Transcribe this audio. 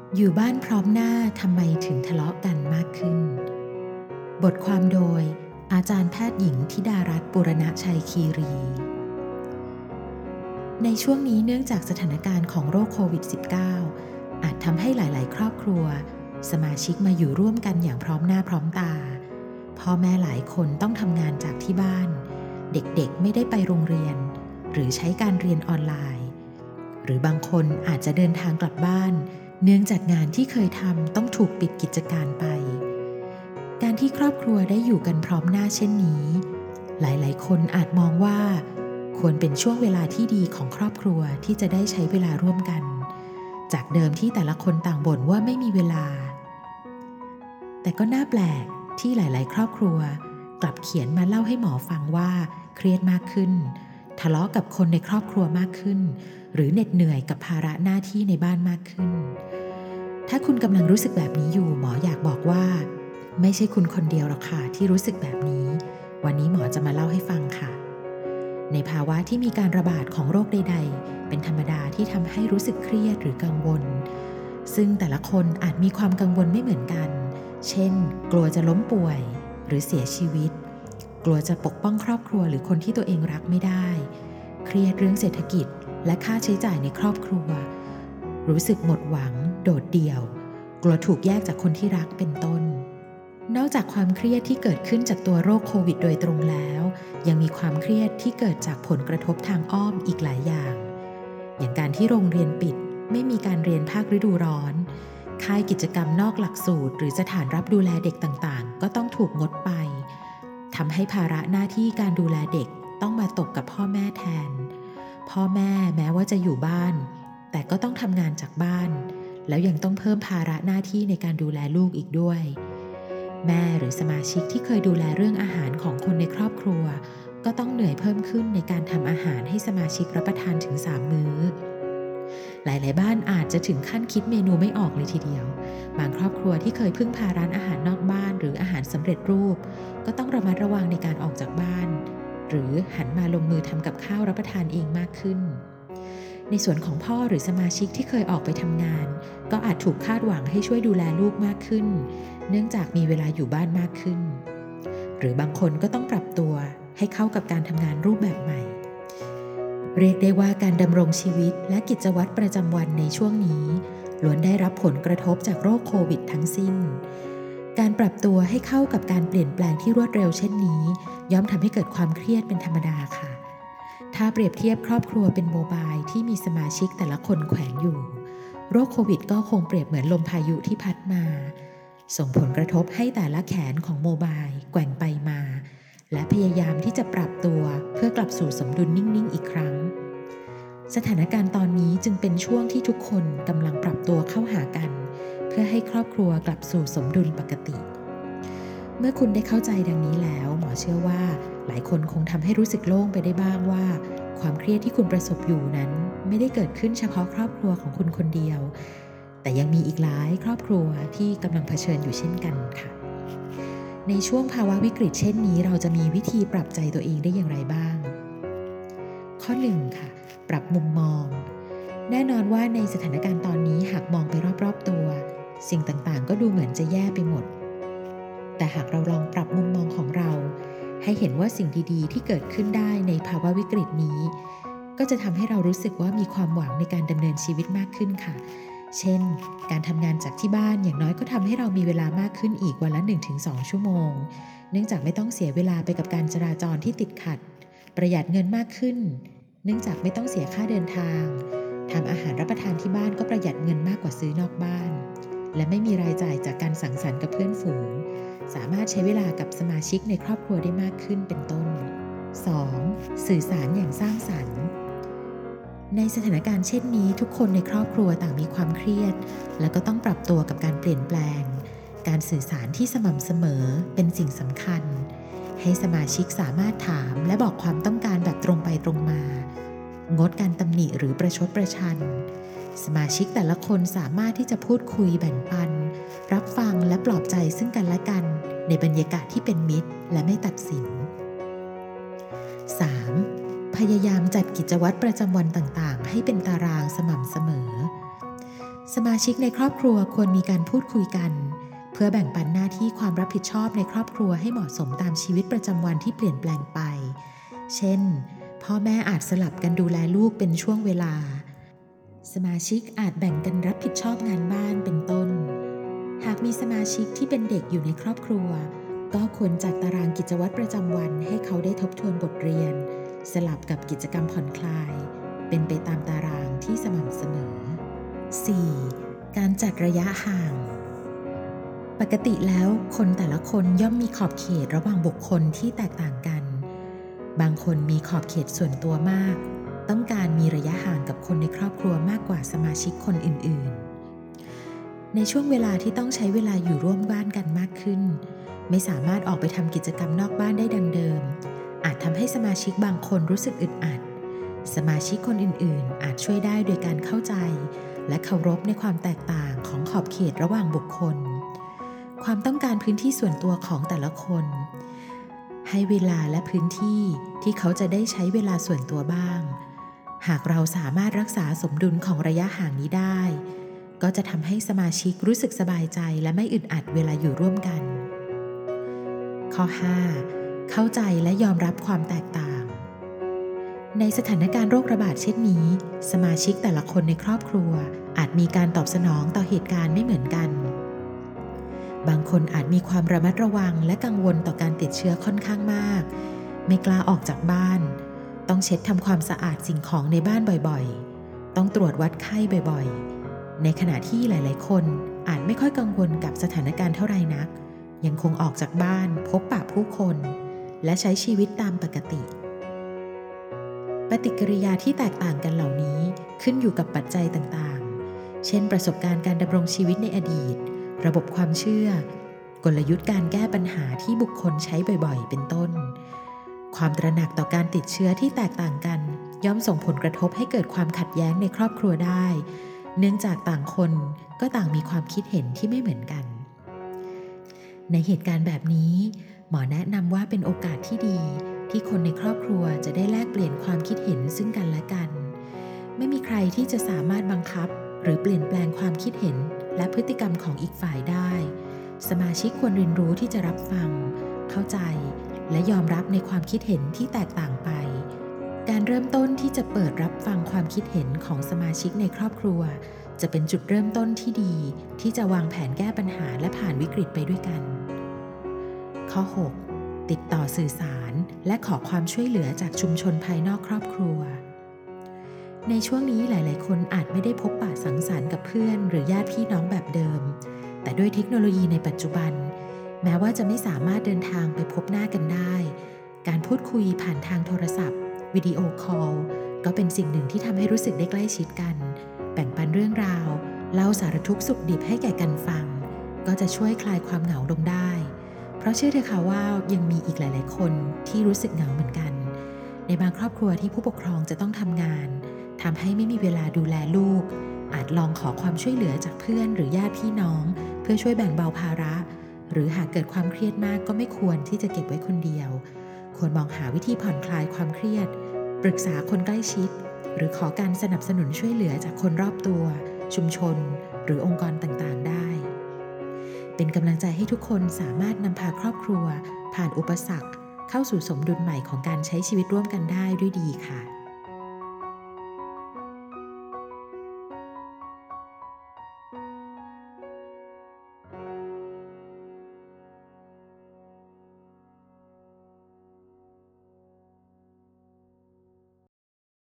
อยู่บ้านพร้อมหน้าทำไมถึงทะเลาะกันมากขึ้นบทความโดยอาจารย์แพทย์หญิงธิดารัตน์บุรณชัยคีรีในช่วงนี้เนื่องจากสถานการณ์ของโรคโควิด -19 อาจทำให้หลายๆครอบครัวสมาชิกมาอยู่ร่วมกันอย่างพร้อมหน้าพร้อมตาพ่อแม่หลายคนต้องทำงานจากที่บ้านเด็กๆไม่ได้ไปโรงเรียนหรือใช้การเรียนออนไลน์หรือบางคนอาจจะเดินทางกลับบ้านเนื่องจากงานที่เคยทำต้องถูกปิดกิจการไปการที่ครอบครัวได้อยู่กันพร้อมหน้าเช่นนี้หลายๆคนอาจมองว่าควรเป็นช่วงเวลาที่ดีของครอบครัวที่จะได้ใช้เวลาร่วมกันจากเดิมที่แต่ละคนต่างบ่นว่าไม่มีเวลาแต่ก็น่าแปลกที่หลายๆครอบครัวกลับเขียนมาเล่าให้หมอฟังว่าเครียดมากขึ้นทะเลาะกับคนในครอบครัวมากขึ้นหรือเหน็ดเหนื่อยกับภาระหน้าที่ในบ้านมากขึ้นถ้าคุณกำลังรู้สึกแบบนี้อยู่หมออยากบอกว่าไม่ใช่คุณคนเดียวหรอกค่ะที่รู้สึกแบบนี้วันนี้หมอจะมาเล่าให้ฟังค่ะในภาวะที่มีการระบาดของโรคใดๆเป็นธรรมดาที่ทำให้รู้สึกเครียดหรือกังวลซึ่งแต่ละคนอาจมีความกังวลไม่เหมือนกันเช่นกลัวจะล้มป่วยหรือเสียชีวิตกลัวจะปกป้องครอบครัวหรือคนที่ตัวเองรักไม่ได้เครียดเรื่องเศรษฐกิจและค่าใช้จ่ายในครอบครัวรู้สึกหมดหวังโดดเดี่ยวกลัวถูกแยกจากคนที่รักเป็นต้นนอกจากความเครียดที่เกิดขึ้นจากตัวโรคโควิดโดยตรงแล้วยังมีความเครียดที่เกิดจากผลกระทบทางอ้อมอีกหลายอย่างอย่างการที่โรงเรียนปิดไม่มีการเรียนภาคฤดูร้อนค่ายกิจกรรมนอกหลักสูตรหรือสถานรับดูแลเด็กต่างๆก็ต้องถูกงดไปทำให้ภาระหน้าที่การดูแลเด็กต้องมาตกกับพ่อแม่แทนพ่อแม่แม้ว่าจะอยู่บ้านแต่ก็ต้องทำงานจากบ้านแล้วยังต้องเพิ่มภาระหน้าที่ในการดูแลลูกอีกด้วยแม่หรือสมาชิกที่เคยดูแลเรื่องอาหารของคนในครอบครัวก็ต้องเหนื่อยเพิ่มขึ้นในการทำอาหารให้สมาชิกรับประทานถึง3 มื้อหลายๆบ้านอาจจะถึงขั้นคิดเมนูไม่ออกเลยทีเดียวบางครอบครัวที่เคยพึ่งพาร้านอาหารนอกบ้านหรืออาหารสำเร็จรูปก็ต้องระมัดระวังในการออกจากบ้านหรือหันมาลงมือทำกับข้าวรับประทานเองมากขึ้นในส่วนของพ่อหรือสมาชิกที่เคยออกไปทำงานก็อาจถูกคาดหวังให้ช่วยดูแลลูกมากขึ้นเนื่องจากมีเวลาอยู่บ้านมากขึ้นหรือบางคนก็ต้องปรับตัวให้เข้ากับการทำงานรูปแบบใหม่เรียกได้ว่าการดำรงชีวิตและกิจวัตรประจำวันในช่วงนี้ล้วนได้รับผลกระทบจากโรคโควิดทั้งสิ้นการปรับตัวให้เข้ากับการเปลี่ยนแปลงที่รวดเร็วเช่นนี้ย่อมทำให้เกิดความเครียดเป็นธรรมดาค่ะถ้าเปรียบเทียบครอบครัวเป็นโมบายที่มีสมาชิกแต่ละคนแขวนอยู่โรคโควิดก็คงเปรียบเหมือนลมพายุที่พัดมาส่งผลกระทบให้แต่ละแขนของโมบายแกว่งไปมาและพยายามที่จะปรับตัวเพื่อกลับสู่สมดุลนิ่งๆอีกครั้งสถานการณ์ตอนนี้จึงเป็นช่วงที่ทุกคนกำลังปรับตัวเข้าหากันเพื่อให้ครอบครัวกลับสู่สมดุลปกติเมื่อคุณได้เข้าใจดังนี้แล้วหมอเชื่อว่าหลายคนคงทำให้รู้สึกโล่งไปได้บ้างว่าความเครียดที่คุณประสบอยู่นั้นไม่ได้เกิดขึ้นเฉพาะครอบครัวของคุณคนเดียวแต่ยังมีอีกหลายครอบครัวที่กำลังเผชิญอยู่เช่นกันค่ะในช่วงภาวะวิกฤตเช่นนี้เราจะมีวิธีปรับใจตัวเองได้อย่างไรบ้างข้อ 1 ค่ะปรับมุมมองแน่นอนว่าในสถานการณ์ตอนนี้หากมองไปรอบๆตัวสิ่งต่างๆก็ดูเหมือนจะแย่ไปหมดแต่หากเราลองปรับมุมมองของเราให้เห็นว่าสิ่งดีๆที่เกิดขึ้นได้ในภาวะวิกฤตนี้ก็จะทำให้เรารู้สึกว่ามีความหวังในการดำเนินชีวิตมากขึ้นค่ะเช่นการทำงานจากที่บ้านอย่างน้อยก็ทำให้เรามีเวลามากขึ้นอีกวันละ 1-2 ชั่วโมงเนื่องจากไม่ต้องเสียเวลาไปกับการจราจรที่ติดขัดประหยัดเงินมากขึ้นเนื่องจากไม่ต้องเสียค่าเดินทางทำอาหารรับประทานที่บ้านก็ประหยัดเงินมากกว่าซื้อนอกบ้านและไม่มีรายจ่ายจากการสังสรรค์กับเพื่อนฝูงสามารถใช้เวลากับสมาชิกในครอบครัวได้มากขึ้นเป็นต้น 2. สื่อสารอย่างสร้างสรรค์ในสถานการณ์เช่นนี้ทุกคนในครอบครัวต่างมีความเครียดและก็ต้องปรับตัวกับการเปลี่ยนแปลงการสื่อสารที่สม่ำเสมอเป็นสิ่งสำคัญให้สมาชิกสามารถถามและบอกความต้องการแบบตรงไปตรงมางดการตำหนิหรือประชดประชันสมาชิกแต่ละคนสามารถที่จะพูดคุยแบ่งปันรับฟังและปลอบใจซึ่งกันและกันในบรรยากาศที่เป็นมิตรและไม่ตัดสิน 3. พยายามจัดกิจวัตรประจำวันต่างๆให้เป็นตารางสม่ำเสมอสมาชิกในครอบครัวควรมีการพูดคุยกันเพื่อแบ่งปันหน้าที่ความรับผิดชอบในครอบครัวให้เหมาะสมตามชีวิตประจำวันที่เปลี่ยนแปลงไปเช่นพ่อแม่อาจสลับกันดูแลลูกเป็นช่วงเวลาสมาชิกอาจแบ่งกันรับผิดชอบงานบ้านเป็นต้นหากมีสมาชิกที่เป็นเด็กอยู่ในครอบครัวก็ควรจัดตารางกิจวัตรประจำวันให้เขาได้ทบทวนบทเรียนสลับกับกิจกรรมผ่อนคลายเป็นไปตามตารางที่สม่ำเสมอ 4. การจัดระยะห่างปกติแล้วคนแต่ละคนย่อมมีขอบเขตระหว่างบุคคลที่แตกต่างกันบางคนมีขอบเขตส่วนตัวมากต้องการมีระยะห่างกับคนในครอบครัวมากกว่าสมาชิกคนอื่นๆในช่วงเวลาที่ต้องใช้เวลาอยู่ร่วมบ้านกันมากขึ้นไม่สามารถออกไปทำกิจกรรมนอกบ้านได้ดังเดิมอาจทำให้สมาชิกบางคนรู้สึกอึดอัดสมาชิกคนอื่นๆอาจช่วยได้โดยการเข้าใจและเคารพในความแตกต่างของขอบเขตระหว่างบุคคลความต้องการพื้นที่ส่วนตัวของแต่ละคนให้เวลาและพื้นที่ที่เขาจะได้ใช้เวลาส่วนตัวบ้างหากเราสามารถรักษาสมดุลของระยะห่างนี้ได้ก็จะทำให้สมาชิกรู้สึกสบายใจและไม่อึดอัดเวลาอยู่ร่วมกันข้อ 5. เข้าใจและยอมรับความแตกต่างในสถานการณ์โรคระบาดเช่นนี้สมาชิกแต่ละคนในครอบครัวอาจมีการตอบสนองต่อเหตุการณ์ไม่เหมือนกันบางคนอาจมีความระมัดระวังและกังวลต่อการติดเชื้อค่อนข้างมากไม่กล้าออกจากบ้านต้องเช็ดทำความสะอาดสิ่งของในบ้านบ่อยๆต้องตรวจวัดไข้บ่อยๆในขณะที่หลายๆคนอาจไม่ค่อยกังวลกับสถานการณ์เท่าไหร่นักยังคงออกจากบ้านพบปะผู้คนและใช้ชีวิตตามปกติปฏิกิริยาที่แตกต่างกันเหล่านี้ขึ้นอยู่กับปัจจัยต่างๆเช่นประสบการณ์การดำรงชีวิตในอดีตระบบความเชื่อกลยุทธ์การแก้ปัญหาที่บุคคลใช้บ่อยๆเป็นต้นความตระหนักต่อการติดเชื้อที่แตกต่างกันย่อมส่งผลกระทบให้เกิดความขัดแย้งในครอบครัวได้เนื่องจากต่างคนก็ต่างมีความคิดเห็นที่ไม่เหมือนกันในเหตุการณ์แบบนี้หมอแนะนำว่าเป็นโอกาสที่ดีที่คนในครอบครัวจะได้แลกเปลี่ยนความคิดเห็นซึ่งกันและกันไม่มีใครที่จะสามารถบังคับหรือเปลี่ยนแปลงความคิดเห็นและพฤติกรรมของอีกฝ่ายได้สมาชิกควรเรียนรู้ที่จะรับฟังเข้าใจและยอมรับในความคิดเห็นที่แตกต่างไปการเริ่มต้นที่จะเปิดรับฟังความคิดเห็นของสมาชิกในครอบครัวจะเป็นจุดเริ่มต้นที่ดีที่จะวางแผนแก้ปัญหาและผ่านวิกฤตไปด้วยกันข้อ 6. ติดต่อสื่อสารและขอความช่วยเหลือจากชุมชนภายนอกครอบครัวในช่วงนี้หลายๆคนอาจไม่ได้พบปะสังสรรค์กับเพื่อนหรือญาติพี่น้องแบบเดิมแต่ด้วยเทคโนโลยีในปัจจุบันแม้ว่าจะไม่สามารถเดินทางไปพบหน้ากันได้การพูดคุยผ่านทางโทรศัพท์วิดีโอคอลก็เป็นสิ่งหนึ่งที่ทำให้รู้สึกได้ใกล้ชิดกันแบ่งปันเรื่องราวเล่าสารทุกข์สุขดิบให้แก่กันฟังก็จะช่วยคลายความเหงาลงได้เพราะเชื่อเถอะค่ะว่ายังมีอีกหลายๆคนที่รู้สึกเหงาเหมือนกันในบางครอบครัวที่ผู้ปกครองจะต้องทำงานทำให้ไม่มีเวลาดูแลลูกอาจลองขอความช่วยเหลือจากเพื่อนหรือญาติพี่น้องเพื่อช่วยแบ่งเบาภาระหรือหากเกิดความเครียดมากก็ไม่ควรที่จะเก็บไว้คนเดียวควรมองหาวิธีผ่อนคลายความเครียดปรึกษาคนใกล้ชิดหรือขอการสนับสนุนช่วยเหลือจากคนรอบตัวชุมชนหรือองค์กรต่างๆได้เป็นกำลังใจให้ทุกคนสามารถนำพาครอบครัวผ่านอุปสรรคเข้าสู่สมดุลใหม่ของการใช้ชีวิตร่วมกันได้ด้วยดีค่ะ